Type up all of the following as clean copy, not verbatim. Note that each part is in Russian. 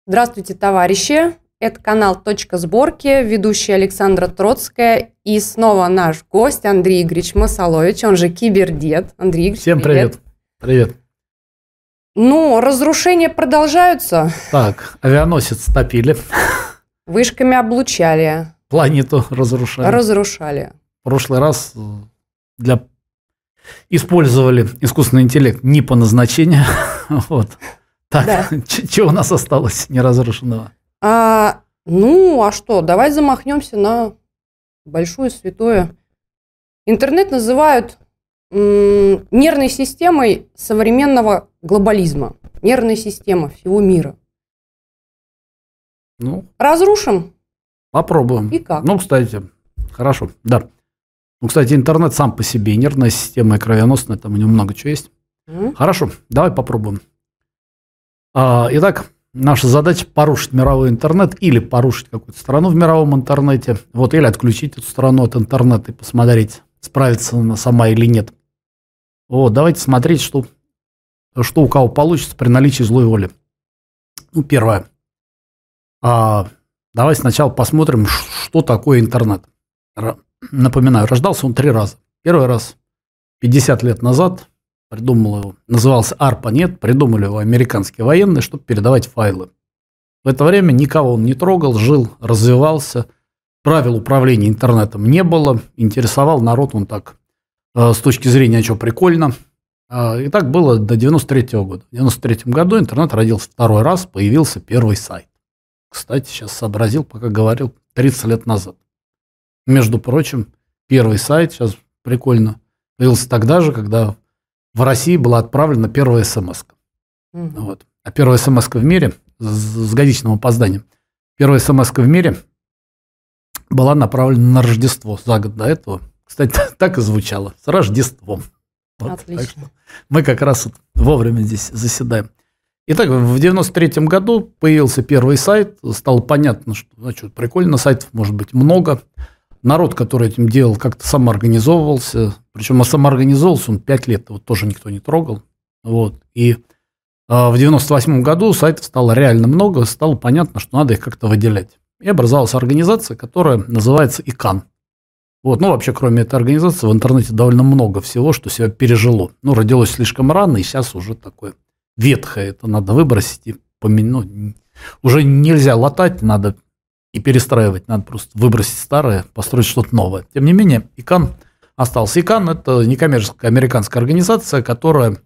Здравствуйте, товарищи! Это канал «Точка сборки», ведущая Александра Троцкая. И снова наш гость Андрей Игоревич Масалович, он же Кибердед. Андрей Игоревич, всем привет. Привет. Ну, разрушения продолжаются. Так, авианосец топили. Вышками облучали. Планету разрушали. В прошлый раз использовали искусственный интеллект не по назначению. Вот. Так, да. Чего у нас осталось неразрушенного? А что? Давай замахнемся на большое святое. Интернет называют нервной системой современного глобализма. Нервная система всего мира. Разрушим? Попробуем. И как? Кстати, хорошо, да. Кстати, интернет сам по себе, нервная система и кровеносная, там у него много чего есть. Хорошо, давай попробуем. Итак, наша задача порушить мировой интернет или порушить какую-то страну в мировом интернете, или отключить эту страну от интернета и посмотреть, справится она сама или нет. Давайте смотреть, что у кого получится при наличии злой воли. Первое. Давай сначала посмотрим, что такое интернет. Напоминаю, рождался он 3 раза. Первый раз 50 лет назад. Придумал его, назывался ARPANET, придумали его американские военные, чтобы передавать файлы. В это время никого он не трогал, жил, развивался, правил управления интернетом не было, интересовал народ он так, с точки зрения, что прикольно. И так было до 93 года. В 93 году интернет родился 2-й раз, появился первый сайт. Кстати, сейчас сообразил, пока говорил, 30 лет назад. Между прочим, первый сайт, сейчас прикольно, появился тогда же, когда в России была отправлена первая смс-ка. А первая смс-ка в мире, с годичным опозданием, первая смс-ка в мире была направлена на Рождество за год до этого. Кстати, так и звучало, с Рождеством. Отлично. Так что мы как раз вовремя здесь заседаем. Итак, в 93 году появился первый сайт, стало понятно, что прикольно, сайтов может быть много. Народ, который этим делал, как-то самоорганизовывался. Причем самоорганизовывался он 5 лет, его тоже никто не трогал. И в 98 году сайтов стало реально много, стало понятно, что надо их как-то выделять. И образовалась организация, которая называется ИКАН. Вообще, кроме этой организации, в интернете довольно много всего, что себя пережило. Родилось слишком рано, и сейчас уже такое ветхое. Это надо выбросить и поменять. Уже нельзя латать, надо и перестраивать, надо просто выбросить старое, построить что-то новое. Тем не менее, ИКАН остался. ИКАН – это некоммерческая американская организация, которая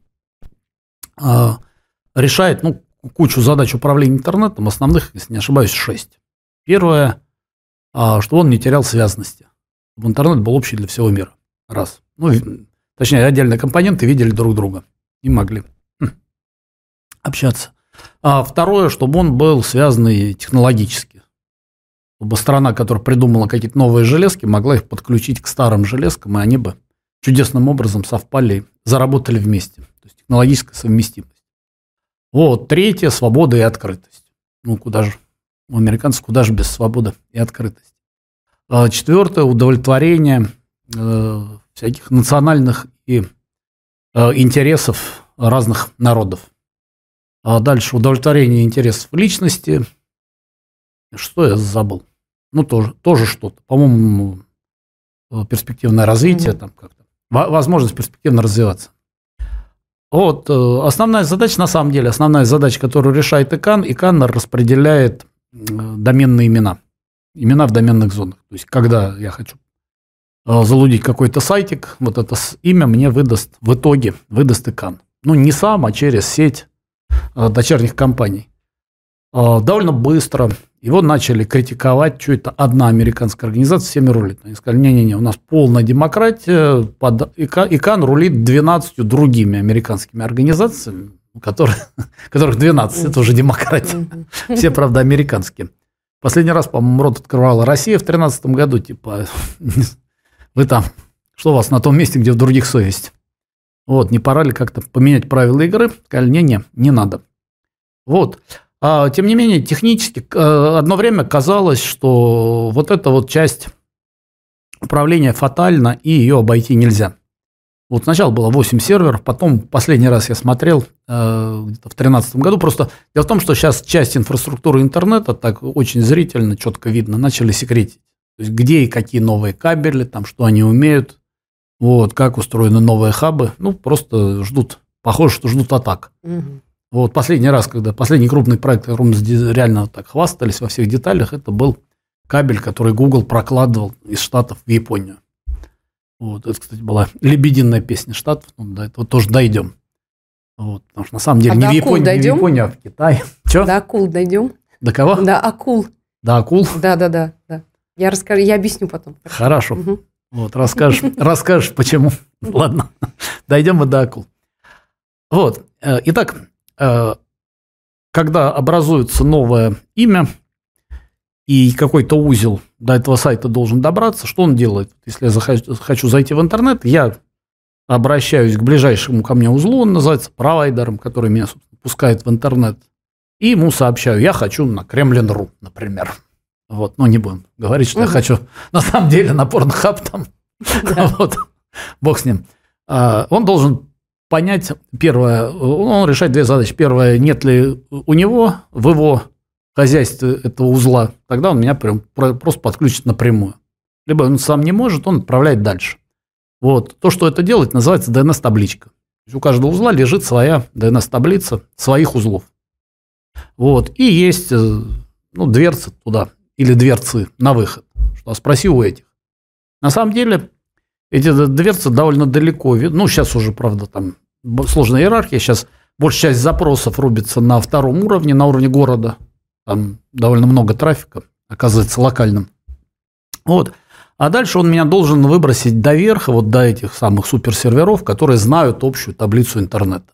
решает кучу задач управления интернетом, основных, если не ошибаюсь, 6. Первое, чтобы он не терял связности, чтобы интернет был общий для всего мира. Раз. Точнее, отдельные компоненты видели друг друга и могли общаться. Второе, чтобы он был связанный технологически. Чтобы страна, которая придумала какие-то новые железки, могла их подключить к старым железкам, и они бы чудесным образом совпали, заработали вместе. То есть технологическая совместимость. Третье – свобода и открытость. Куда же, у американцев куда же без свободы и открытости. Четвертое – удовлетворение всяких национальных и интересов разных народов. Дальше удовлетворение интересов личности. Что я забыл? Тоже что-то. По-моему, перспективное развитие, там как-то. Возможность перспективно развиваться. Основная задача, на самом деле, которую решает ИКАН распределяет доменные имена. Имена в доменных зонах. То есть, когда я хочу залудить какой-то сайтик, это имя мне в итоге выдаст ИКАН. Не сам, а через сеть дочерних компаний. Довольно быстро его начали критиковать, что это одна американская организация всеми рулит. Они сказали, не-не-не, у нас полная демократия, ИКАН рулит 12 другими американскими организациями, которых 12, это уже демократия. Все, правда, американские. Последний раз, по-моему, рот открывала Россия в 2013 году, вы там, что у вас на том месте, где в других совесть? Не пора ли как-то поменять правила игры? Сказали, не надо. Тем не менее, технически одно время казалось, что эта часть управления фатальна, и ее обойти нельзя. Вот сначала было 8 серверов, потом последний раз я смотрел где-то в 2013 году. Просто дело в том, что сейчас часть инфраструктуры интернета, так очень зрительно, четко видно, начали секретить. То есть где и какие новые кабели, там, что они умеют, вот, как устроены новые хабы. Ну, просто ждут, похоже, что ждут атак. Вот последний раз, когда последний крупный проект, которым реально так хвастались во всех деталях, это был кабель, который Google прокладывал из Штатов в Японию. Вот, это, кстати, была лебединая песня Штатов, ну, до этого тоже дойдем. Вот, потому что на самом деле не в Японию, а в Китае. Че? До акул дойдем. До кого? До акул. До акул? Да. Я объясню потом. Хорошо. Угу. Вот, расскажешь, почему. Ладно, дойдем мы до акул. Вот, итак, когда образуется новое имя, и какой-то узел до этого сайта должен добраться, что он делает? Если я хочу зайти в интернет, я обращаюсь к ближайшему ко мне узлу, он называется провайдером, который меня, собственно, пускает в интернет, и ему сообщаю, я хочу на Kremlin.ru, например. Вот, но не будем говорить, что я хочу на самом деле на Pornhub там. Вот, бог с ним. Он должен понять, первое, он решает две задачи. Первое, нет ли у него в его хозяйстве этого узла, тогда он меня просто подключит напрямую. Либо он сам не может, он отправляет дальше. Вот. То, что это делает, называется DNS-табличка. У каждого узла лежит своя DNS-таблица своих узлов. Вот. И есть дверцы туда, или дверцы на выход. Что спроси у этих. На самом деле, эти дверцы довольно далеко. Ну, сейчас уже, правда, там сложная иерархия. Сейчас большая часть запросов рубится на втором уровне, на уровне города. Там довольно много трафика, оказывается, локальным. Вот. А дальше он меня должен выбросить до верха, вот до этих самых суперсерверов, которые знают общую таблицу интернета.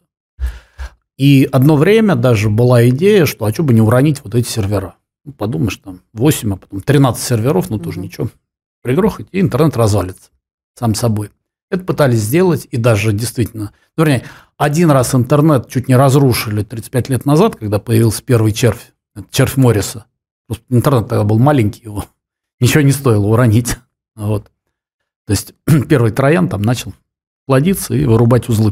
И одно время даже была идея, что а что бы не уронить вот эти сервера. Ну, подумаешь, там 8, а потом 13 серверов, ну тоже ничего. Пригрохать, и интернет развалится сам собой. Это пытались сделать, и даже действительно... вернее, один раз интернет чуть не разрушили 35 лет назад, когда появился первый червь. Червь Морриса. Интернет тогда был маленький, его ничего не стоило уронить. Вот. То есть первый троян там начал плодиться и вырубать узлы.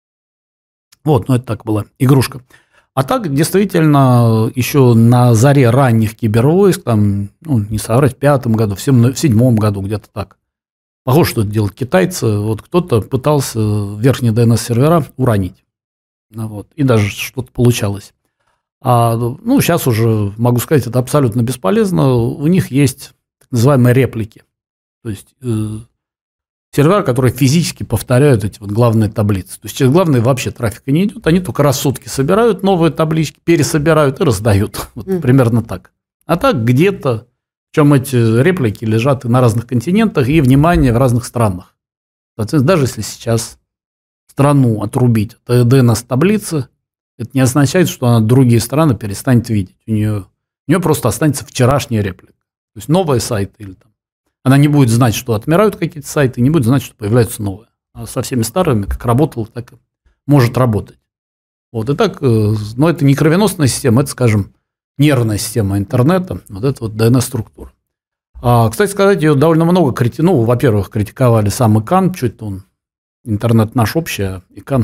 Вот, ну это так была игрушка. А так, действительно, еще на заре ранних кибервойск, там, ну, не соврать, в 2005 году, в 2007 году, где-то так. Похоже, что это делают китайцы. Вот кто-то пытался верхние DNS-сервера уронить. Вот. И даже что-то получалось. Ну, сейчас уже, могу сказать, это абсолютно бесполезно. У них есть так называемые реплики. То есть сервера, которые физически повторяют эти вот главные таблицы. То есть через главные вообще трафика не идет. Они только раз в сутки собирают новые таблички, пересобирают и раздают. Вот примерно так. А так где-то, причем эти реплики лежат и на разных континентах, и, внимание, в разных странах. Соответственно, даже если сейчас страну отрубить от DNS-таблицы, это не означает, что она другие страны перестанет видеть. У нее просто останется вчерашняя реплика. То есть новые сайты или там. Она не будет знать, что отмирают какие-то сайты, не будет знать, что появляются новые. А со всеми старыми, как работало, так и может работать. Вот и так, но это не кровеносная система, это, скажем, нервная система интернета, вот это вот DNS-структура. Кстати сказать, ее довольно много во-первых, критиковали сам ИКАНН, что это он, интернет наш общий, а ИКАНН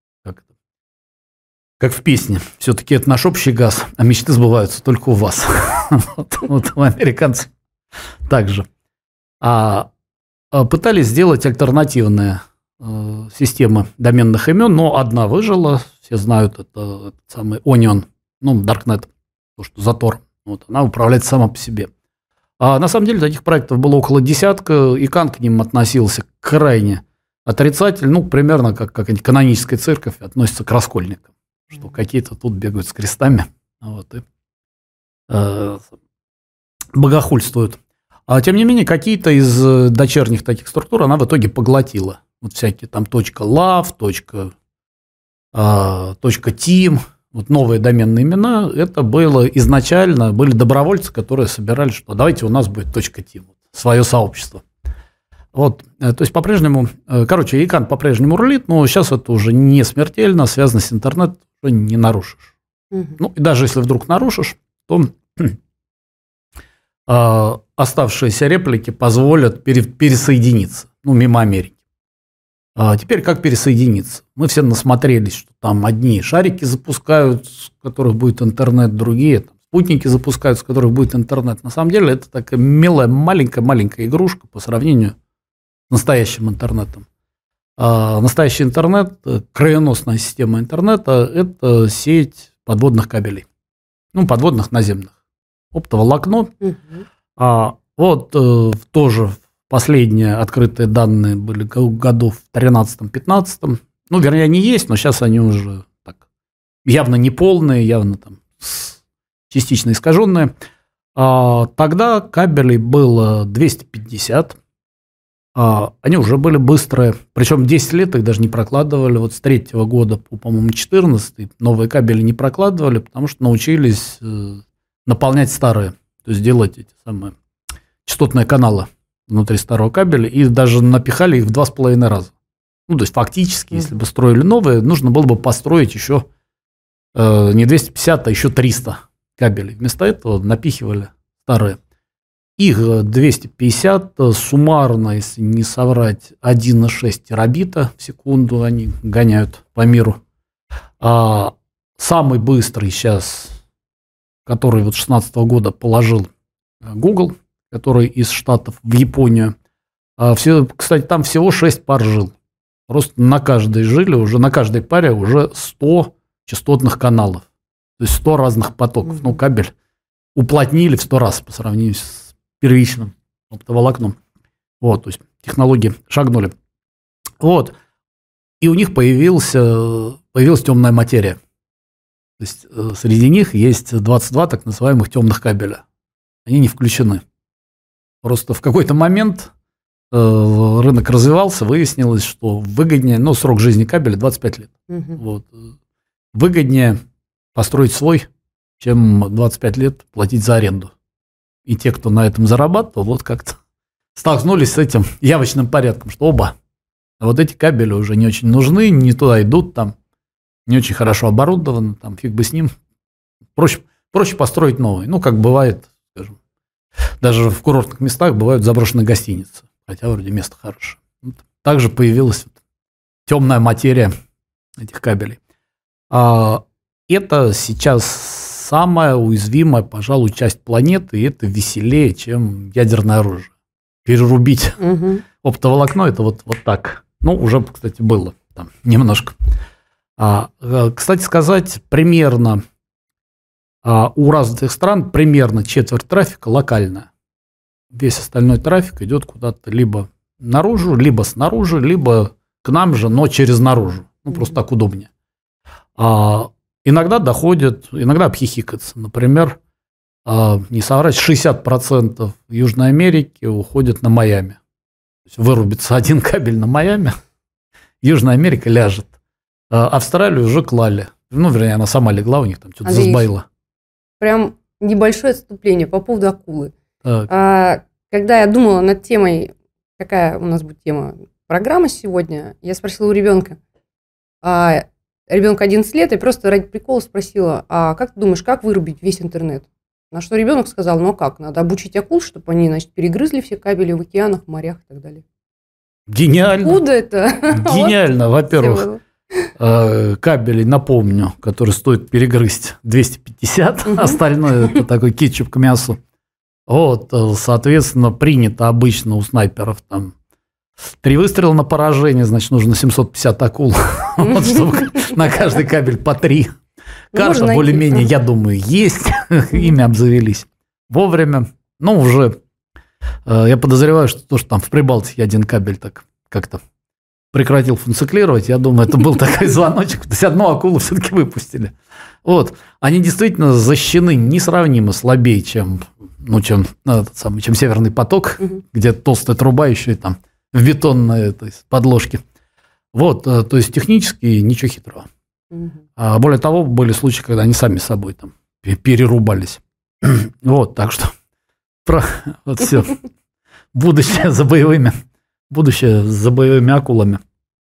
как в песне, все-таки это наш общий газ, а мечты сбываются только у вас. Вот у американцев так же. Пытались сделать альтернативные системы доменных имен, но одна выжила, все знают, это самый Onion, Darknet, то, что Затор, вот, она управляется сама по себе. На самом деле таких проектов было около десятка, ИКАНН к ним относился крайне отрицательно, примерно как какая-нибудь каноническая церковь относится к раскольникам, что какие-то тут бегают с крестами, вот, и богохульствуют. Тем не менее, какие-то из дочерних таких структур она в итоге поглотила. Вот всякие там .love, .team, вот новые доменные имена, это было изначально, были добровольцы, которые собирали, что давайте у нас будет .team, свое сообщество. Вот, то есть по-прежнему, ИКАНН по-прежнему рулит, но сейчас это уже не смертельно, связано с интернетом, уже не нарушишь. Ну, и даже если вдруг нарушишь, то оставшиеся реплики позволят пересоединиться, мимо Америки. Теперь как пересоединиться? Мы все насмотрелись, что там одни шарики запускают, с которых будет интернет, другие там, спутники запускают, с которых будет интернет. На самом деле это такая милая, маленькая игрушка по сравнению с настоящим интернетом. Настоящий интернет, кровеносная система интернета – это сеть подводных кабелей. Подводных наземных. Оптоволокно. Тоже последние открытые данные были годов в 13-15. Вернее, они есть, но сейчас они уже так явно неполные, явно там частично искаженные. Тогда кабелей было 250. Они уже были быстрые. Причем 10 лет их даже не прокладывали. Вот с 3-го года по, по-моему, 14-й новые кабели не прокладывали, потому что научились наполнять старые. То есть делать эти самые частотные каналы внутри старого кабеля, и даже напихали их в 2,5 раза. То есть фактически, если бы строили новые, нужно было бы построить еще не 250, а еще 300 кабелей. Вместо этого напихивали старые. Их 250, суммарно, если не соврать, 1,6 терабита в секунду они гоняют по миру. Самый быстрый сейчас, который вот 2016 года положил Google, который из Штатов в Японию. Кстати, там всего 6 пар жил. Просто на каждой жиле, уже на каждой паре уже 100 частотных каналов. То есть 100 разных потоков. Кабель уплотнили в 100 раз по сравнению с первичным оптоволокном. То есть технологии шагнули. И у них появилась темная материя. То есть среди них есть 22 так называемых темных кабеля. Они не включены. Просто в какой-то момент рынок развивался, выяснилось, что выгоднее, срок жизни кабеля 25 лет. Выгоднее построить свой, чем 25 лет платить за аренду. И те, кто на этом зарабатывал, как-то столкнулись с этим явочным порядком, что эти кабели уже не очень нужны, не туда идут, там не очень хорошо оборудованы, там фиг бы с ним. Проще построить новый. Как бывает, скажем, даже в курортных местах бывают заброшенные гостиницы, хотя вроде место хорошее. Также появилась темная материя этих кабелей. Это сейчас самая уязвимая, пожалуй, часть планеты, и это веселее, чем ядерное оружие. Перерубить оптоволокно – это вот так. Уже, кстати, было там немножко. Кстати сказать, примерно у развитых стран примерно четверть трафика локальная. Весь остальной трафик идет куда-то либо наружу, либо снаружи, либо к нам же, но через наружу. Просто так удобнее. Иногда иногда обхихикаться. Например, не соврать, 60% Южной Америки уходит на Майами. То есть вырубится один кабель на Майами, Южная Америка ляжет. Австралию уже клали. Вернее, она сама легла, у них там что-то засбоила. Прям небольшое отступление по поводу акулы. Когда я думала над темой, какая у нас будет тема программы сегодня, я спросила у ребенка. Ребенку 11 лет, и просто ради прикола спросила, как ты думаешь, как вырубить весь интернет? На что ребенок сказал, как, надо обучить акул, чтобы они, перегрызли все кабели в океанах, в морях и так далее. Гениально. Откуда это? Гениально, во-первых. Кабелей, напомню, который стоит перегрызть 250, остальное это такой кетчуп к мясу. Соответственно, принято обычно у снайперов там 3 выстрела на поражение, значит, нужно 750 акул, чтобы на каждый кабель по 3. Карта более-менее, я думаю, есть, ими обзавелись вовремя. Уже я подозреваю, что то, что там в Прибалтике один кабель так как-то прекратил функционировать, я думаю, это был такой звоночек, то есть одну акулу все-таки выпустили. Они действительно защищены несравнимо слабее, чем Северный поток, где толстая труба еще и там в бетонной подложке. То есть технически ничего хитрого. Более того, были случаи, когда они сами собой там перерубались. Так что все. Будущее за боевыми акулами.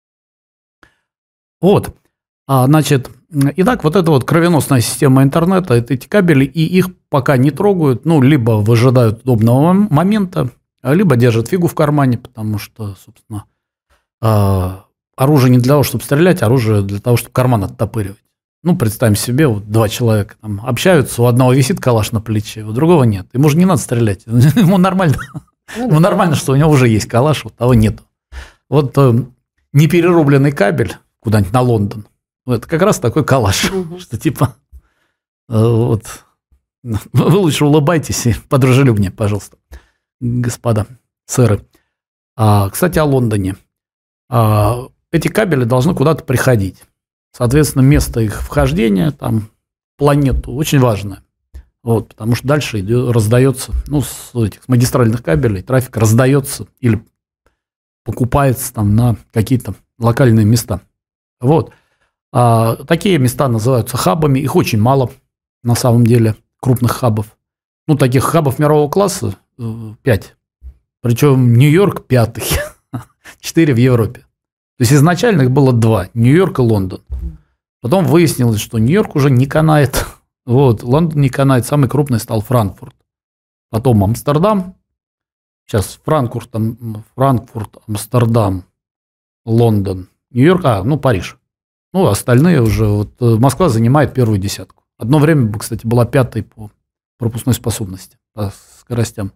Итак, это кровеносная система интернета, это эти кабели, и их пока не трогают, либо выжидают удобного момента, либо держат фигу в кармане, потому что, собственно, оружие не для того, чтобы стрелять, оружие для того, чтобы карман оттопыривать. Ну, представим себе, вот 2 человека там общаются, у одного висит калаш на плече, у другого нет. Ему же не надо стрелять, ему нормально. Ему нормально, что у него уже есть калаш, у того нету. Вот неперерубленный кабель куда-нибудь на Лондон, это как раз такой калаш, что типа вот вы лучше улыбайтесь и подружелюбнее, пожалуйста, господа сэры. Кстати, о Лондоне. Эти кабели должны куда-то приходить. Соответственно, место их вхождения там, в планету очень важное. Вот, потому что дальше раздается, ну, с магистральных кабелей трафик раздается или покупается там на какие-то локальные места. Вот. Такие места называются хабами. Их очень мало, на самом деле, крупных хабов. Ну, таких хабов мирового класса 5. Причем Нью-Йорк 5-й. 4 в Европе. То есть изначально их было 2. Нью-Йорк и Лондон. Потом выяснилось, что Нью-Йорк уже не канает. Вот, Лондон не канает. Самый крупный стал Франкфурт. Потом Амстердам. Сейчас Франкфурт, Амстердам, Лондон, Нью-Йорк, Париж. Ну, остальные уже, вот Москва занимает первую десятку. Одно время, кстати, была 5-й по пропускной способности, по скоростям.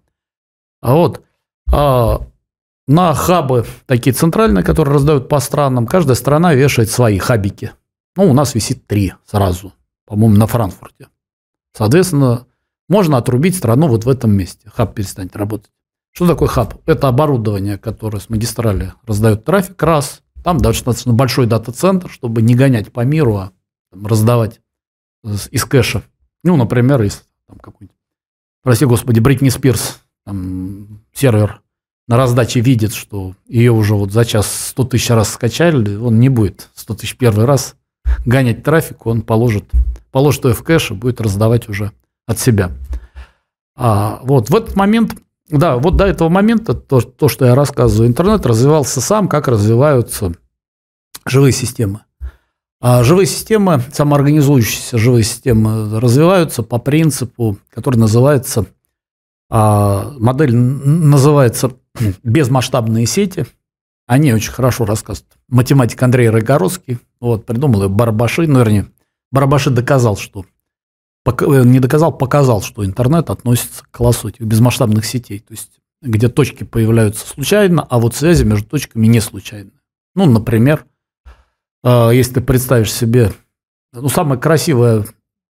На хабы такие центральные, которые раздают по странам, каждая страна вешает свои хабики. Ну, у нас висит 3 сразу, по-моему, на Франкфурте. Соответственно, можно отрубить страну вот в этом месте. Хаб перестанет работать. Что такое хаб? Это оборудование, которое с магистрали раздает трафик, раз. Там достаточно большой дата-центр, чтобы не гонять по миру, а раздавать из кэша. Ну, например, из какой-нибудь, прости господи, Бритни Спирс, сервер на раздаче видит, что ее уже вот за час 100 тысяч раз скачали, он не будет 100 тысяч первый раз гонять трафик, он положит ее в кэш и будет раздавать уже от себя. Вот в этот момент... Да, вот до этого момента, то, что я рассказываю, интернет развивался сам, как развиваются живые системы. Живые системы, самоорганизующиеся живые системы развиваются по принципу, который называется, модель называется безмасштабные сети. Они очень хорошо рассказывают. Математик Андрей Райгородский придумал ее Барабаши, Барабаши доказал, что показал, что интернет относится к классу этих безмасштабных сетей, то есть где точки появляются случайно, а вот связи между точками не случайны. Ну, например, если ты представишь себе, самое красивое,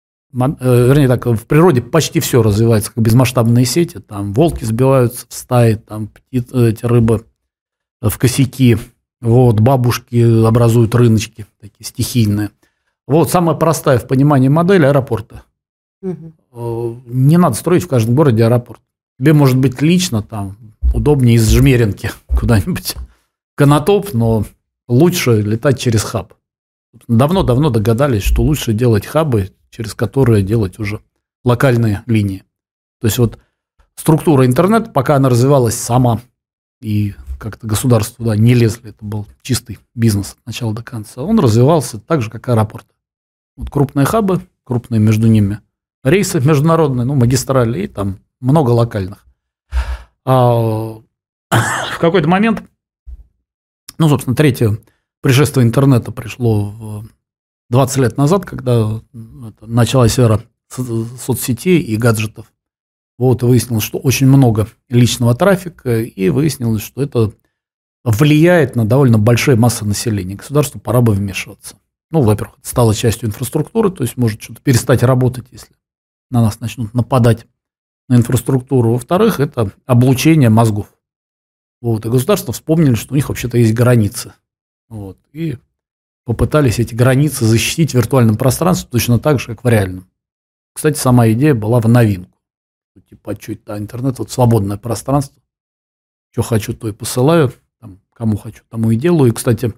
в природе почти все развивается как безмасштабные сети, там волки сбиваются в стаи, там эти рыбы в косяки, бабушки образуют рыночки такие стихийные. Самая простая в понимании модель аэропорта. Не надо строить в каждом городе аэропорт. Тебе, может быть, лично там удобнее из Жмеринки куда-нибудь в Конотоп, но лучше летать через хаб. Давно-давно догадались, что лучше делать хабы, через которые делать уже локальные линии. То есть структура интернета, пока она развивалась сама, и как-то государство туда не лезли, это был чистый бизнес от начала до конца, он развивался так же, как аэропорт. Крупные хабы, крупные между ними рейсы международные, магистрали, и там много локальных. В какой-то момент, собственно, третье пришествие интернета пришло 20 лет назад, когда началась эра соцсетей и гаджетов. И выяснилось, что очень много личного трафика, и выяснилось, что это влияет на довольно большие массы населения. Государству пора бы вмешиваться. Во-первых, это стало частью инфраструктуры, то есть может что-то перестать работать, если на нас начнут нападать на инфраструктуру. Во-вторых, это облучение мозгов. И государства вспомнили, что у них вообще-то есть границы. И попытались эти границы защитить в виртуальном пространстве точно так же, как в реальном. Кстати, сама идея была в новинку. Типа, что это интернет, свободное пространство. Что хочу, то и посылаю. Кому хочу, тому и делаю. И, кстати,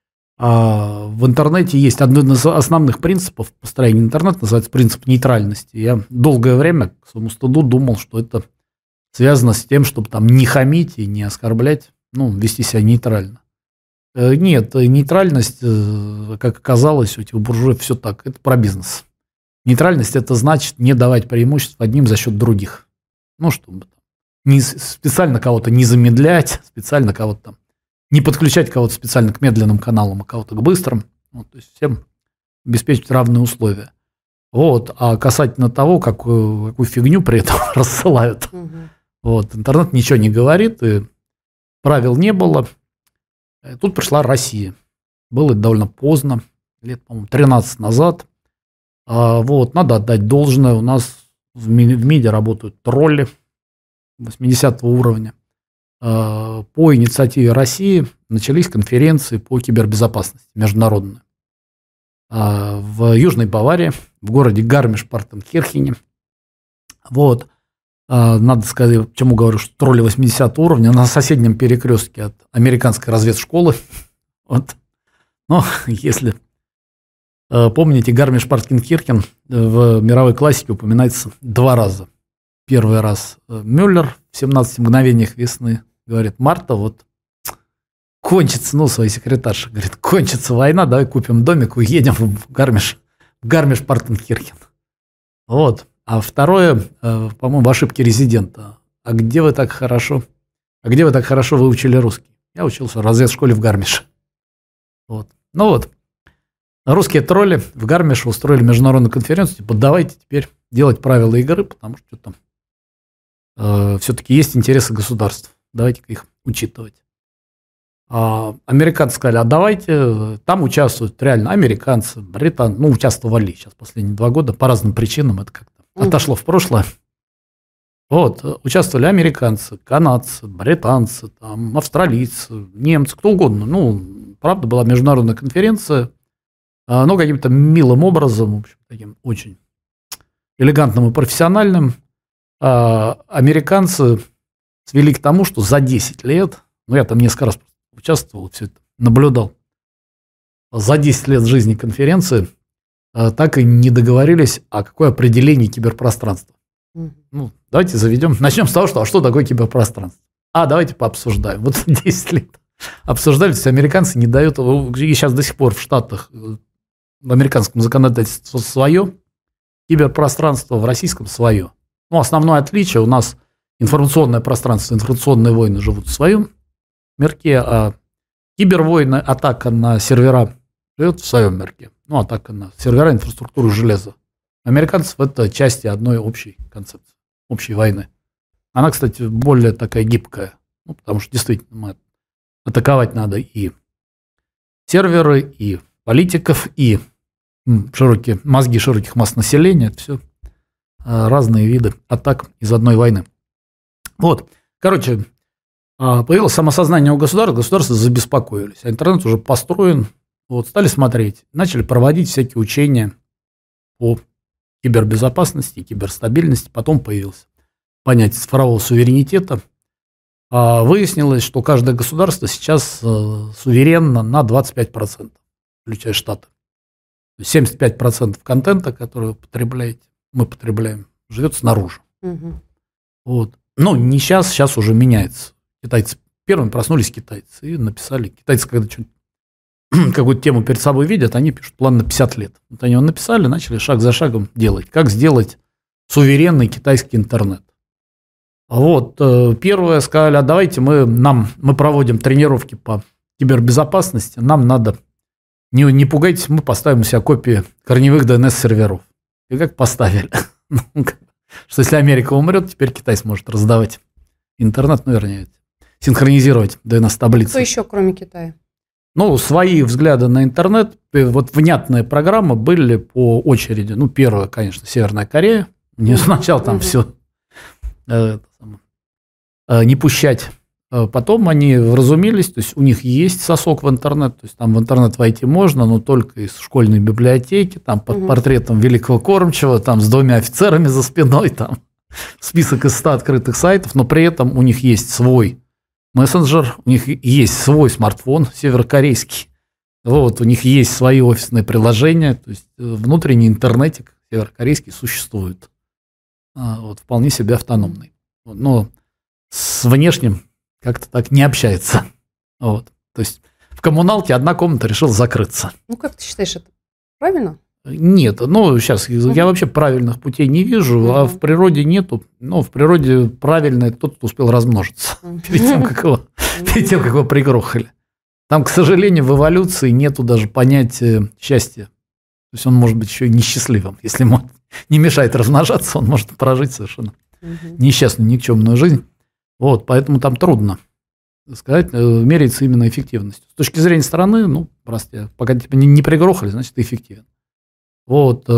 в интернете есть один из основных принципов построения интернета, называется принцип нейтральности. Я долгое время, к своему стыду, думал, что это связано с тем, чтобы не хамить и не оскорблять, вести себя нейтрально. Нет, нейтральность, как оказалось, у этих буржуев все так, это про бизнес. Нейтральность – это значит не давать преимуществ одним за счет других. Чтобы специально кого-то не замедлять, специально кого-то не подключать кого-то специально к медленным каналам, а кого-то к быстрым. Вот, то есть всем обеспечить равные условия. Вот. А касательно того, какую фигню при этом рассылают, вот, интернет ничего не говорит, и правил не было. И тут пришла Россия. Было это довольно поздно, лет, по-моему, 13 назад. Вот, надо отдать должное. У нас в МИДе работают тролли 80 уровня. По инициативе России начались конференции по кибербезопасности международные. В Южной Баварии, в городе Гармиш-Партенкирхене. Вот. Надо сказать, почему говорю, что тролли 80 уровня, на соседнем перекрестке от американской разведшколы. Вот. Но если помните, Гармиш-Партенкирхен в мировой классике упоминается 2 раза. Первый раз Мюллер в 17 мгновениях весны говорит: Марта, вот кончится, своей секретарше, говорит, кончится война, давай купим домик, уедем в Гармиш-Партенкирхен. Вот. А второе, по-моему, ошибки резидента. А где вы так хорошо выучили русский? Я учился в разведшколе в Гармише. Вот. Ну вот. Русские тролли в Гармише устроили международную конференцию, типа, давайте теперь делать правила игры, потому что там все-таки есть интересы государств. Давайте-ка их учитывать. Американцы сказали, а давайте, там участвуют реально американцы, британцы, участвовали сейчас последние 2 года по разным причинам, это как-то отошло в прошлое. Вот, участвовали американцы, канадцы, британцы, там, австралийцы, немцы, кто угодно. Правда, была международная конференция, но каким-то милым образом, в общем, таким очень элегантным и профессиональным, американцы свели к тому, что за 10 лет, я там несколько раз участвовал, все это наблюдал, за 10 лет жизни конференции так и не договорились, а какое определение киберпространства. Давайте начнем с того, что такое киберпространство. Давайте пообсуждаем. Вот 10 лет обсуждали, то есть американцы не дают, и сейчас до сих пор в Штатах, в американском законодательстве свое, киберпространство в российском свое. Основное отличие, у нас информационное пространство, информационные войны живут в своем мирке, а кибервойны, атака на сервера живет в своем мирке. Атака на сервера, инфраструктуру железа. Американцев это части одной общей концепции, общей войны. Она, кстати, более такая гибкая, потому что действительно атаковать надо и серверы, и политиков, и мозги широких масс населения. Это все разные виды атак из одной войны. Вот, появилось самосознание у государства забеспокоились. А интернет уже построен, стали смотреть, начали проводить всякие учения по кибербезопасности, киберстабильности. Потом появилось понятие цифрового суверенитета. Выяснилось, что каждое государство сейчас суверенно на 25%, включая Штаты. 75% контента, который мы потребляем, живет снаружи. Вот. Не сейчас уже меняется. Китайцы первыми проснулись китайцы и написали. Китайцы, когда какую-то тему перед собой видят, они пишут план на 50 лет. Вот они его написали, начали шаг за шагом делать. Как сделать суверенный китайский интернет. Первое сказали, давайте мы проводим тренировки по кибербезопасности, нам надо, не пугайтесь, мы поставим у себя копии корневых DNS-серверов. И как поставили? Что если Америка умрет, теперь Китай сможет раздавать интернет, вернее, синхронизировать DNS-таблицы. Что еще, кроме Китая? Свои взгляды на интернет, внятные программы были по очереди. Первая, конечно, Северная Корея. Не сначала там все не пущать. Потом они вразумились, то есть у них есть сосок в интернет, то есть там в интернет войти можно, но только из школьной библиотеки, там под портретом великого кормчего, там с 2 офицерами за спиной, там список из 100 открытых сайтов, но при этом у них есть свой мессенджер, у них есть свой смартфон северокорейский, у них есть свои офисные приложения, то есть внутренний интернетик северокорейский существует, вполне себе автономный, но с внешним как-то так не общается. То есть в коммуналке одна комната решила закрыться. Как ты считаешь, это правильно? Нет, сейчас я вообще правильных путей не вижу, а в природе нету. В природе правильно тот, кто успел размножиться перед тем, как его пригрохали. Там, к сожалению, в эволюции нету даже понятия счастья. То есть он может быть еще и несчастливым. Если ему не мешает размножаться, он может прожить совершенно несчастную, никчемную жизнь. Вот, поэтому там трудно сказать, меряется именно эффективностью. С точки зрения страны, ну, просто пока тебя не пригрохали, значит, ты эффективен. Вот.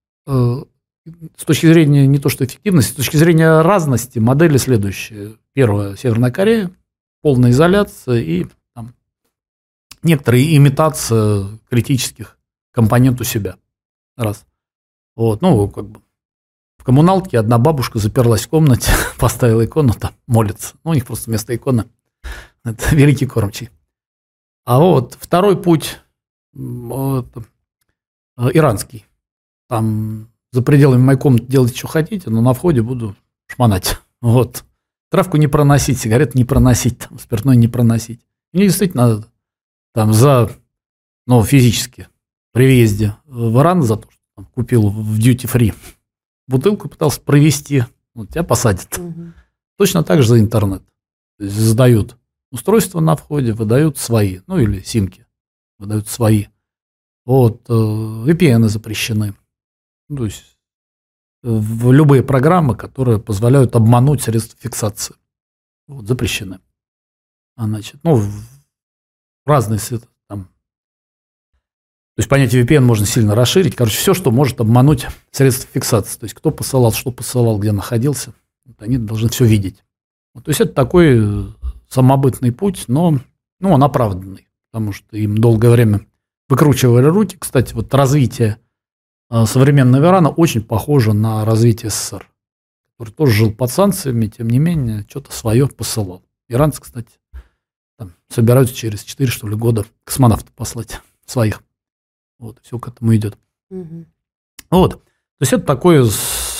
С точки зрения не то что эффективности, с точки зрения разности модели следующие. Первая – Северная Корея, полная изоляция и там, некоторая имитация критических компонент у себя. Раз. Вот, ну, как бы в коммуналке одна бабушка заперлась в комнате, поставила икону, там молится. Ну, у них просто вместо иконы это великий кормчий. А вот второй путь вот, иранский. Там за пределами моей комнаты делайте, что хотите, но на входе буду шмонать. Вот. Травку не проносить, сигарет не проносить, там, спиртное не проносить. Мне действительно там физически при въезде в Иран за то, что там, купил в duty-free бутылку, пытался провести, вот, тебя посадят. Угу. Точно так же за интернет. То есть задают устройства на входе, выдают свои, ну или симки выдают свои. Вот, VPN запрещены. То есть в любые программы, которые позволяют обмануть средства фиксации, вот, запрещены. Значит, ну, разные там. То есть понятие VPN можно сильно расширить. Короче, все, что может обмануть средства фиксации. То есть кто посылал, что посылал, где находился, вот, они должны все видеть. Вот, то есть это такой самобытный путь, но он оправданный, потому что им долгое время выкручивали руки. Кстати, вот развитие современного Ирана очень похоже на развитие СССР, который тоже жил под санкциями, тем не менее, что-то свое посылал. Иранцы, кстати, там, собираются через 4, что ли, года космонавтов послать своих. Вот, все к этому идет. Угу. Вот. То есть это такой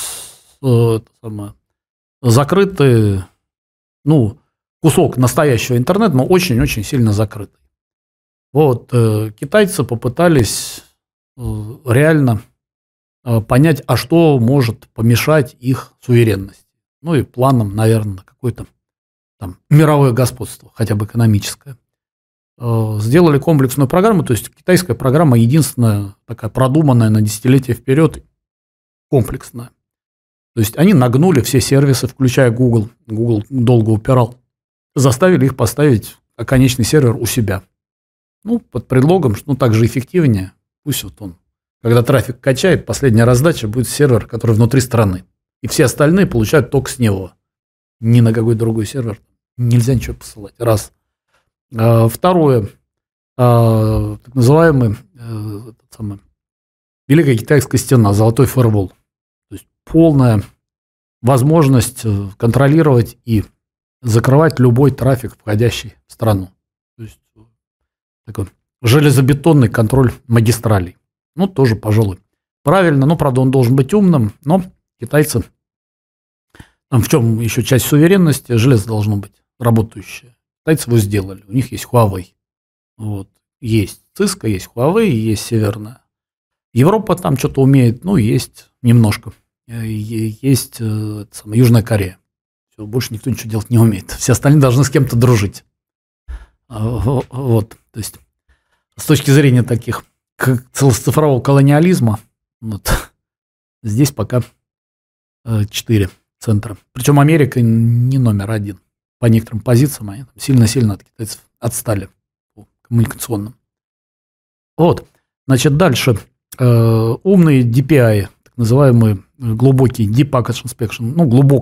закрытый, кусок настоящего интернета, но очень-очень сильно закрытый. Вот, китайцы попытались реально понять, а что может помешать их суверенности. Ну и планом, наверное, на какое-то там мировое господство, хотя бы экономическое. Сделали комплексную программу, то есть китайская программа единственная, такая продуманная на десятилетия вперед, комплексная. То есть они нагнули все сервисы, включая Google. Google долго упирал. Заставили их поставить конечный сервер у себя. Ну, под предлогом, что так же эффективнее. Пусть вот он, когда трафик качает, последняя раздача будет сервер, который внутри страны. И все остальные получают только с него. Ни на какой другой сервер нельзя ничего посылать. Раз. Второе. Так называемый Великая Китайская стена, золотой фаервол. То есть полная возможность контролировать и закрывать любой трафик, входящий в страну. То есть такой железобетонный контроль магистралей. Ну, тоже, пожалуй, правильно. Ну, правда, он должен быть умным, но китайцы... Там в чем еще часть суверенности? Железо должно быть работающее. Китайцы его сделали. У них есть Huawei. Вот. Есть Cisco, есть Huawei, есть Северная. Европа там что-то умеет, есть немножко. Есть Южная Корея. Все, больше никто ничего делать не умеет. Все остальные должны с кем-то дружить. Вот. То есть с точки зрения таких целоцифрового колониализма, вот, здесь пока 4 центра. Причем Америка не номер один. По некоторым позициям они сильно-сильно от китайцев отстали по коммуникационным. Вот. Значит, дальше. Умные DPI, так называемые глубокий Deep Packet Inspection,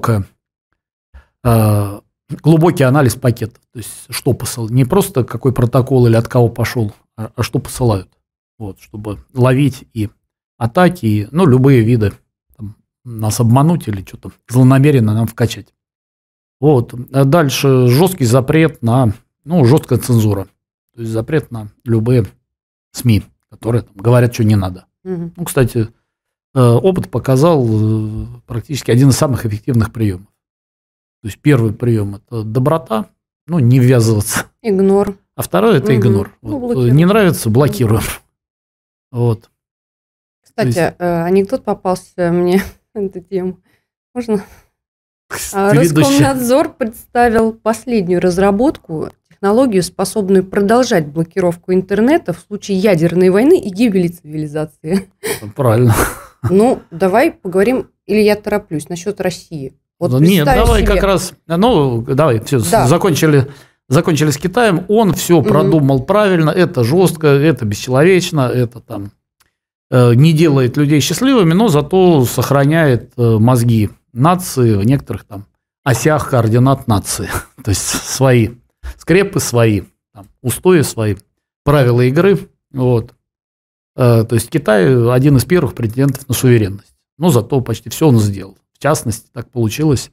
глубокий анализ пакетов. То есть, что посылают. Не просто какой протокол или от кого пошел, а что посылают. Вот, чтобы ловить и атаки, и любые виды нас обмануть или что-то злонамеренно нам вкачать. Вот. А дальше жесткий запрет на, жесткая цензура. То есть запрет на любые СМИ, которые говорят, что не надо. Угу. Кстати, опыт показал практически один из самых эффективных приемов. То есть первый прием – это доброта, не ввязываться. Игнор. А второй – это игнор. Вот. Не нравится – блокируем. Вот. Кстати, анекдот попался мне на эту тему. Можно? Роскомнадзор представил последнюю разработку технологию, способную продолжать блокировку интернета в случае ядерной войны и гибели цивилизации. Правильно. Ну, давай поговорим, или я тороплюсь, насчет России. Вот нет, давай себе. Как раз, давай, все, да. закончили с Китаем, он все продумал правильно, это жестко, это бесчеловечно, это там не делает людей счастливыми, но зато сохраняет мозги нации в некоторых там осях координат нации. То есть свои скрепы свои, там, устои свои, правила игры. Вот. То есть Китай один из первых претендентов на суверенность. Но зато почти все он сделал. В частности, так получилось.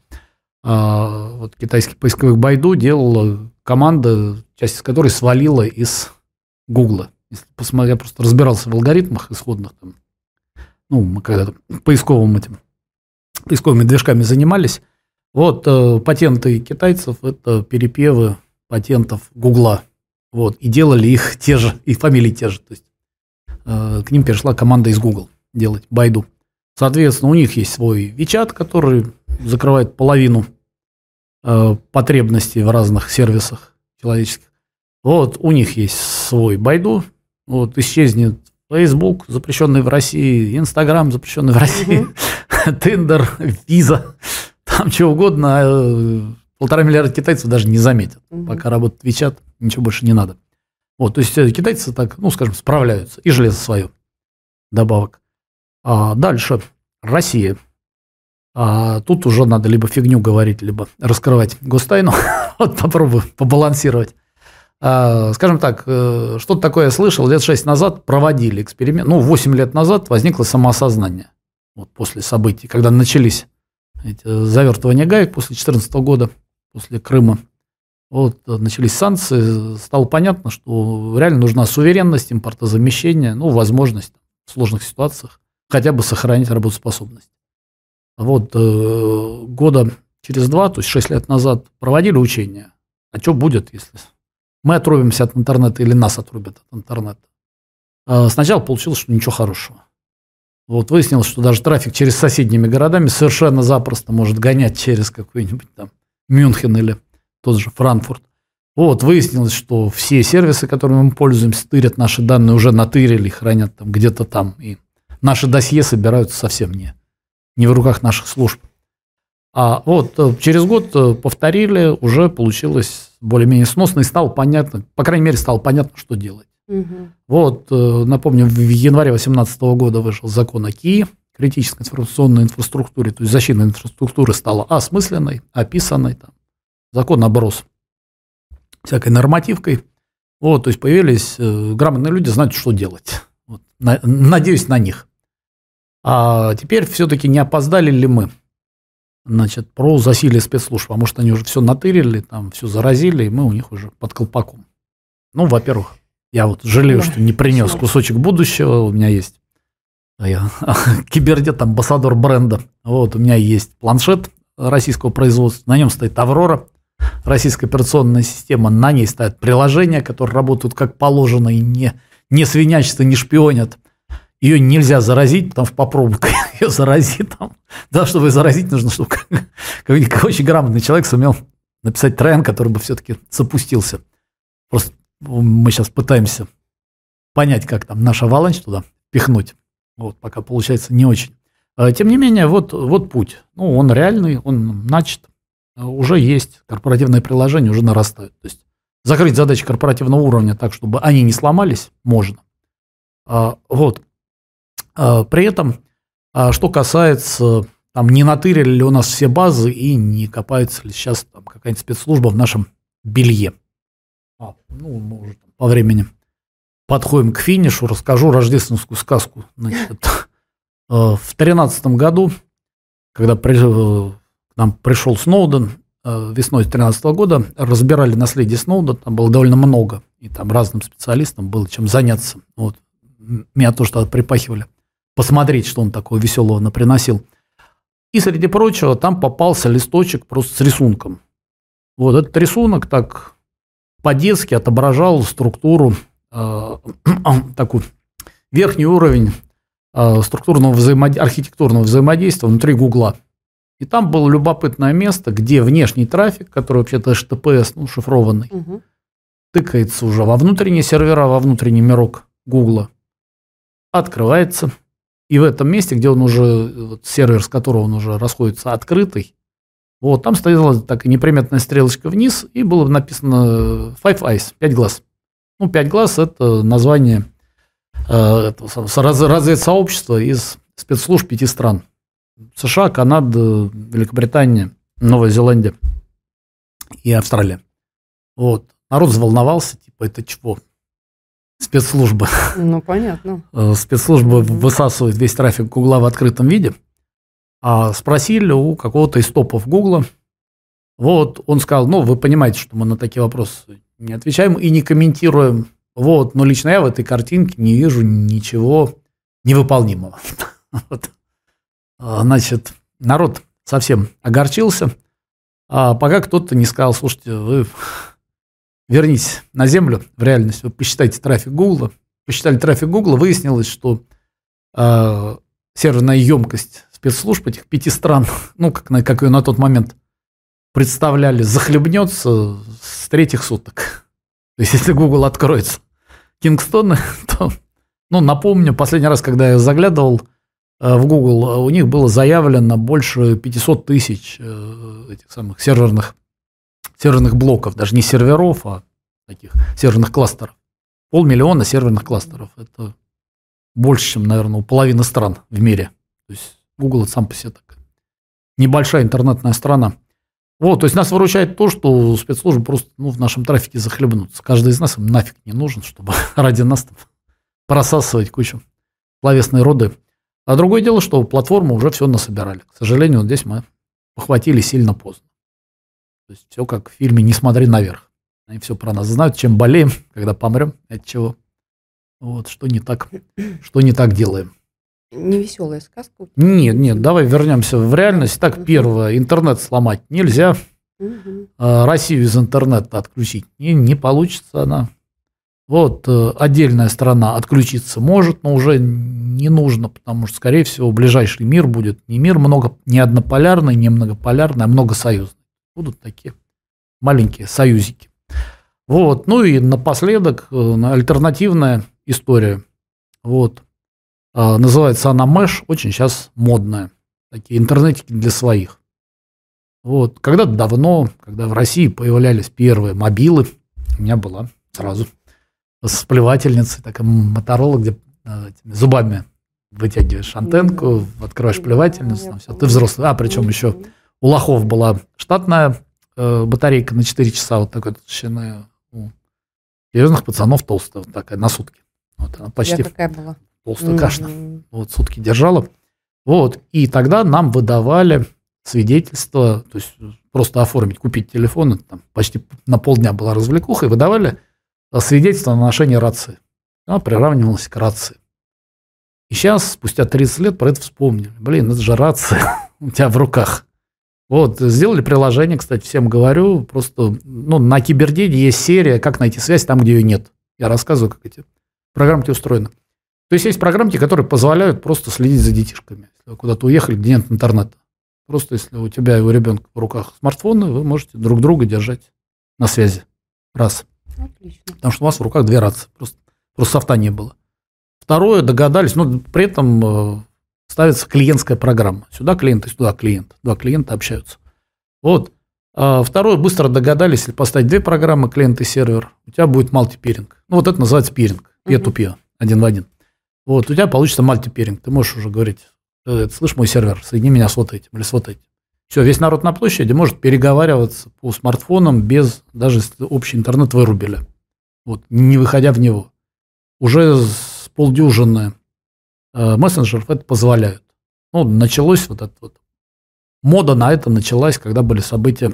Вот китайский поисковик Байду делала команда, часть из которой свалила из Гугла. Если посмотреть, я просто разбирался в алгоритмах исходных. Там, мы когда-то поисковыми движками занимались. Вот патенты китайцев – это перепевы патентов Гугла. Вот, и делали их те же, и фамилии те же. То есть к ним перешла команда из Google делать Байду. Соответственно, у них есть свой WeChat, который закрывает половину потребностей в разных сервисах человеческих. Вот, у них есть свой Байду. Вот, исчезнет Facebook, запрещенный в России, Instagram, запрещенный в России, Tinder, Visa, там чего угодно. 1,5 миллиарда китайцев даже не заметят. Пока работает WeChat, ничего больше не надо. Вот, то есть китайцы так, скажем, справляются. И железо свое. Добавок. Дальше. Россия. Тут уже надо либо фигню говорить, либо раскрывать гостайну. Вот попробую побалансировать. Скажем так, что-то такое я слышал, лет 6 назад проводили эксперимент. 8 лет назад возникло самоосознание. Вот после событий, когда начались эти завертывания гаек после 2014 года, после Крыма. Вот, начались санкции, стало понятно, что реально нужна суверенность, импортозамещение, возможность в сложных ситуациях хотя бы сохранить работоспособность. Вот года через 2, то есть 6 лет назад, проводили учения. А что будет, если мы отрубимся от интернета или нас отрубят от интернета? Сначала получилось, что ничего хорошего. Вот выяснилось, что даже трафик через соседними городами совершенно запросто может гонять через какой-нибудь там Мюнхен или тот же Франкфурт. Вот выяснилось, что все сервисы, которыми мы пользуемся, тырят наши данные, уже натырили, хранят там где-то там. И наши досье собираются совсем не в руках наших служб. А вот через год повторили, уже получилось более-менее сносно, и стало понятно, по крайней мере, стало понятно, что делать. Угу. Вот, напомню, в январе 2018 года вышел закон о КИИ, критической информационной инфраструктуре, то есть защита инфраструктуры стала осмысленной, описанной. Там. Закон оброс всякой нормативкой. Вот, то есть появились грамотные люди, знают, что делать. Вот, надеюсь на них. А теперь все-таки не опоздали ли мы? Значит, про засилие спецслужб. А может, они уже все натырили, там все заразили, и мы у них уже под колпаком. Во-первых, я вот жалею, что не принес кусочек будущего. У меня есть кибердет, амбассадор бренда. Вот, у меня есть планшет российского производства. На нем стоит Аврора, российская операционная система. На ней стоят приложения, которые работают как положено и не свинячатся, не шпионят. Ее нельзя заразить, потому что попробуй ее заразить. Да, чтобы ее заразить, нужно, чтобы какой-нибудь очень грамотный человек сумел написать тренд, который бы все-таки запустился. Просто мы сейчас пытаемся понять, как там наш аваланч туда пихнуть. Вот, пока получается не очень. Тем не менее, вот путь. Он реальный, он начат. Уже есть корпоративные приложения, уже нарастают. То есть закрыть задачи корпоративного уровня так, чтобы они не сломались, можно. Вот. При этом, что касается, там, не натырили ли у нас все базы и не копается ли сейчас там какая-нибудь спецслужба в нашем белье. Мы уже по времени подходим к финишу, расскажу рождественскую сказку. Значит, в 2013 году, когда к нам пришел Сноуден, весной 2013 года, разбирали наследие Сноудена, там было довольно много, и там разным специалистам было чем заняться. Вот. Меня тоже тогда припахивали посмотреть, что он такого веселого наприносил. И, среди прочего, там попался листочек просто с рисунком. Вот этот рисунок так по-детски отображал структуру, такой верхний уровень архитектурного взаимодействия внутри Гугла. И там было любопытное место, где внешний трафик, который вообще-то HTTPS, шифрованный, тыкается уже во внутренние сервера, во внутренний мирок Гугла, открывается, и в этом месте, где он уже, вот, сервер, с которого он уже расходится, открытый, вот, там стояла такая неприметная стрелочка вниз, и было написано Five Eyes, 5 глаз. Ну, 5 глаз – это название разведсообщества из спецслужб 5 стран. США, Канада, Великобритания, Новая Зеландия и Австралия. Вот. Народ заволновался, типа, это чего? Спецслужбы. Ну, понятно. Спецслужбы высасывают весь трафик Гугла в открытом виде. А спросили у какого-то из топов Гугла. Вот, он сказал, ну, вы понимаете, что мы на такие вопросы не отвечаем и не комментируем. Вот, но лично я в этой картинке не вижу ничего невыполнимого. Значит, народ совсем огорчился, пока кто-то не сказал, слушайте, вы вернитесь на землю, в реальность, вы посчитайте трафик Гугла. Посчитали трафик Гугла, выяснилось, что серверная емкость спецслужб этих 5 стран, ну, как ее на тот момент представляли, захлебнется с 3 суток. То есть, если Google откроется Кингстоны, то, ну, напомню, последний раз, когда я заглядывал в Google, у них было заявлено больше 500 тысяч этих самых серверных блоков, даже не серверов, а таких серверных кластеров. 500 000 серверных кластеров. Это больше, чем, наверное, у половины стран в мире. То есть Google это сам по себе такая небольшая интернетная страна. Вот, то есть нас выручает то, что спецслужбы просто, ну, в нашем трафике захлебнутся. Каждый из нас им нафиг не нужен, чтобы ради нас там просасывать кучу словесной роды. А другое дело, что платформу уже все насобирали. К сожалению, вот здесь мы похватили сильно поздно. То есть все как в фильме «Не смотри наверх». Они все про нас знают, чем болеем, когда помрем, от чего. Вот, что не так делаем. Невеселая сказка. Нет, давай вернемся в реальность. Так, первое, интернет сломать нельзя. Россию из интернета отключить не получится она. Вот, отдельная страна отключиться может, но уже не нужно, потому что, скорее всего, ближайший мир будет не однополярный, не многополярный, а многосоюзный. Будут такие маленькие союзики. Вот, ну и напоследок альтернативная история. Вот. Называется она Mesh, очень сейчас модная. Такие интернетики для своих. Вот. Когда-то давно, когда в России появлялись первые мобилы, у меня была сразу с плевательницей, такая Motorola, где зубами вытягиваешь антенку, открываешь плевательницу, там все, ты взрослый. Причем еще у лохов была штатная батарейка на 4 часа, вот такой толщины. У серьезных пацанов толстая, вот такая, на сутки. Вот она почти какая была? Толстая кашна. Вот, сутки держала. Вот, и тогда нам выдавали свидетельство, то есть просто оформить, купить телефон, там почти на полдня была развлекуха, и выдавали свидетельство на ношение рации. Она приравнивалась к рации. И сейчас, спустя 30 лет, про это вспомнили. Блин, это же рация у тебя в руках. Вот, сделали приложение, кстати, всем говорю, просто, ну, на Кибердене есть серия «Как найти связь там, где ее нет». Я рассказываю, как эти программки устроены. То есть программки, которые позволяют просто следить за детишками. Если вы куда-то уехали, где нет интернета. Просто если у тебя и у ребенка в руках смартфоны, вы можете друг друга держать на связи. Раз. Отлично. Потому что у вас в руках 2 рации. Просто софта не было. Второе, догадались, но при этом ставится клиентская программа. Сюда клиент и сюда клиент. 2 клиента общаются. Вот. Второе, быстро догадались, если поставить 2 программы, клиент и сервер, у тебя будет мультипиринг. Ну, вот это называется пиринг. Peer-to-peer, 1 в 1. Вот, у тебя получится мультипиринг. Ты можешь уже говорить, слышь, мой сервер, соедини меня с вот этим или с вот этим. Все, весь народ на площади может переговариваться по смартфонам без, даже если общий интернет вырубили. Вот, не выходя в него. Уже с полдюжины мессенджеров это позволяют. Ну, началось вот это вот. Мода на это началась, когда были события,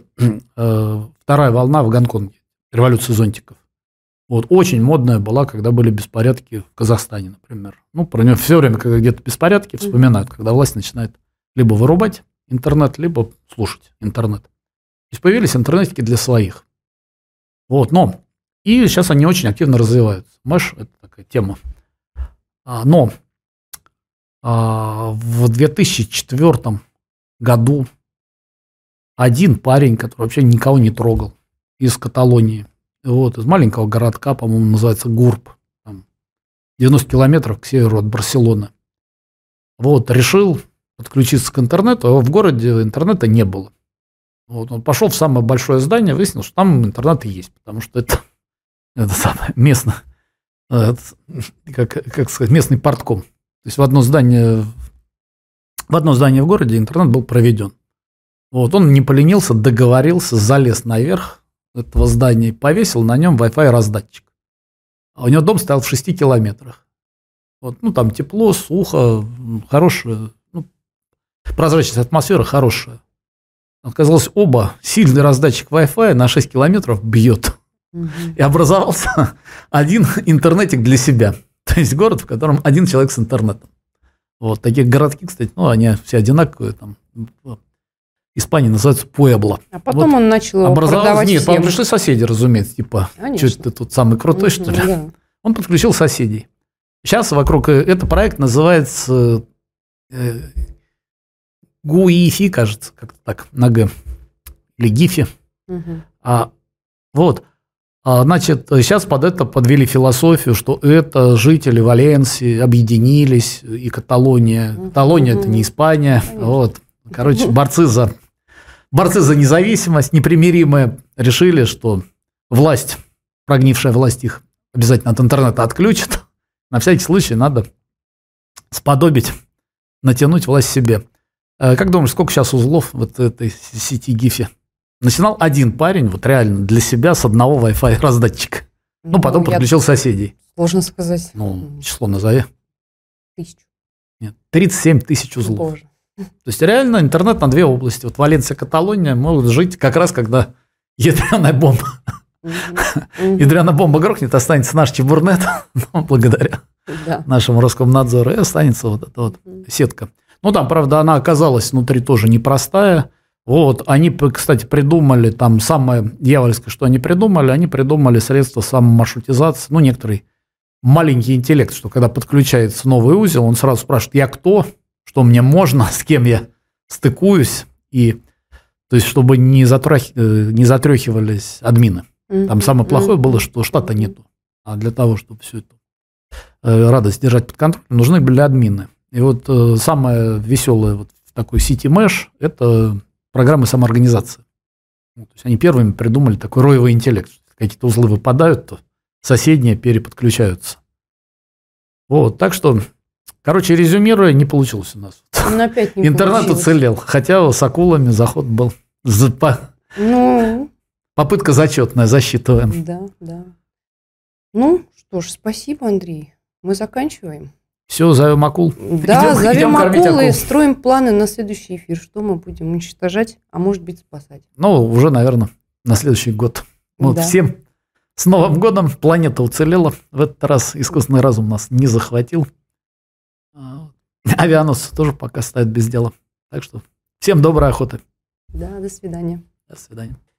вторая волна в Гонконге, революция зонтиков. Вот, очень модная была, когда были беспорядки в Казахстане, например. Ну, про нее все время, когда где-то беспорядки, вспоминают, когда власть начинает либо вырубать интернет, либо слушать интернет. То есть появились интернетики для своих. Вот, но и сейчас они очень активно развиваются. Mesh – это такая тема. Но в 2004 году один парень, который вообще никого не трогал, из Каталонии, вот, из маленького городка, по-моему, называется Гурб, там, 90 километров к северу от Барселоны. Вот, решил подключиться к интернету, а в городе интернета не было. Вот, он пошел в самое большое здание, выяснил, что там интернет и есть, потому что это самое местное, как сказать, местный портком. То есть в одно здание в городе интернет был проведен. Вот, он не поленился, договорился, залез наверх этого здания, повесил на нем Wi-Fi раздатчик. А у него дом стоял в 6 километрах. Вот, ну, там тепло, сухо, хорошая, ну, прозрачность атмосферы хорошая. Оказалось, сильный раздатчик Wi-Fi на 6 километров бьет. И образовался один интернетик для себя. То есть город, в котором один человек с интернетом. Вот такие городки, кстати, ну, они все одинаковые. Там, в Испании называются Пуэбло. А потом вот он начал продавать Нет, всем. пришли соседи, разумеется, типа, что ты тут самый крутой, что ли? Да. Он подключил соседей. Сейчас вокруг этот проект называется ГУИФИ, кажется, как-то так, на Г, или ГИФИ. Вот. Значит, сейчас под это подвели философию, что это жители Валенсии объединились, и Каталония. Каталония – это не Испания. Вот. Короче, борцы за независимость, непримиримые, решили, что власть, прогнившая власть их обязательно от интернета отключит. На всякий случай надо сподобить, натянуть власть себе. Как думаешь, сколько сейчас узлов в этой сети ГИФИ? Начинал один парень, вот реально, для себя с одного Wi-Fi раздатчика. Ну, потом подключил соседей. Сложно сказать. Ну, число назови. 1000. Нет, 37 тысяч узлов. Боже. То есть реально интернет на две области. Вот Валенсия, Каталония могут жить как раз, когда ядерная бомба. Ядерная бомба грохнет, останется наш Чебурнет, благодаря нашему Роскомнадзору, и останется вот эта вот сетка. Ну, там, правда, она оказалась внутри тоже непростая. Вот, они, кстати, придумали, там самое дьявольское, что они придумали средства самомаршрутизации, ну, некоторый маленький интеллект, что когда подключается новый узел, он сразу спрашивает, я кто, что мне можно, с кем я стыкуюсь, и, то есть, чтобы не затрехивались админы. Там самое плохое было, что штата нету, а для того, чтобы всю эту радость держать под контролем, нужны были админы. И вот самое веселое вот в такой сети Mesh – это программы самоорганизации. То есть они первыми придумали такой роевый интеллект. Какие-то узлы выпадают, то соседние переподключаются. Вот, так что, короче, резюмируя, не получилось у нас. Опять не Интернет получилось. уцелел, хотя с акулами заход был. Попытка зачетная, засчитываем. Да. Ну, что ж, спасибо, Андрей. Мы заканчиваем. Все, зовем акул. Да, зовем акул и строим планы на следующий эфир. Что мы будем уничтожать, а может быть спасать. Ну, уже, наверное, на следующий год. Вот, да. Всем с Новым годом. Планета уцелела. В этот раз искусственный разум нас не захватил. Авианосцы тоже пока стоят без дела. Так что всем доброй охоты. Да, до свидания. До свидания.